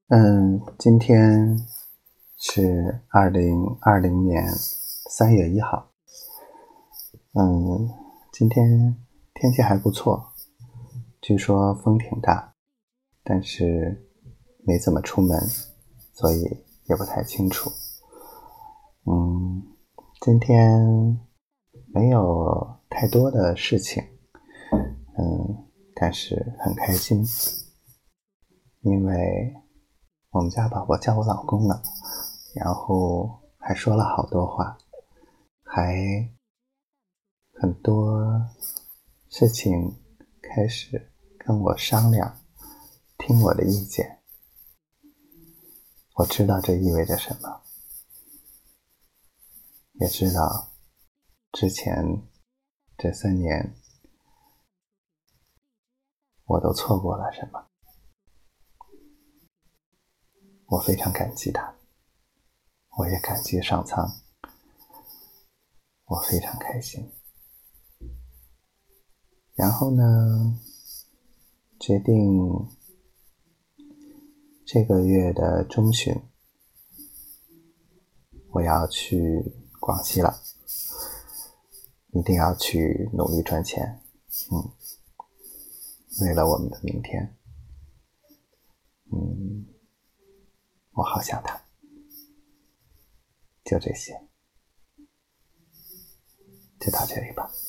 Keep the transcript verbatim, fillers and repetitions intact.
嗯，今天是二零二零年三月一号。嗯，今天天气还不错，据说风挺大，但是没怎么出门，所以也不太清楚。嗯，今天没有太多的事情，嗯，但是很开心，因为我们家宝宝叫我老公了，然后还说了好多话，还很多事情开始跟我商量，听我的意见。我知道这意味着什么，也知道之前这三年我都错过了什么。我非常感激他，我也感激上苍，我非常开心。然后呢，决定这个月的中旬我要去广西了，一定要去努力赚钱。嗯，为了我们的明天。嗯，我好想他。就这些，就到这里吧。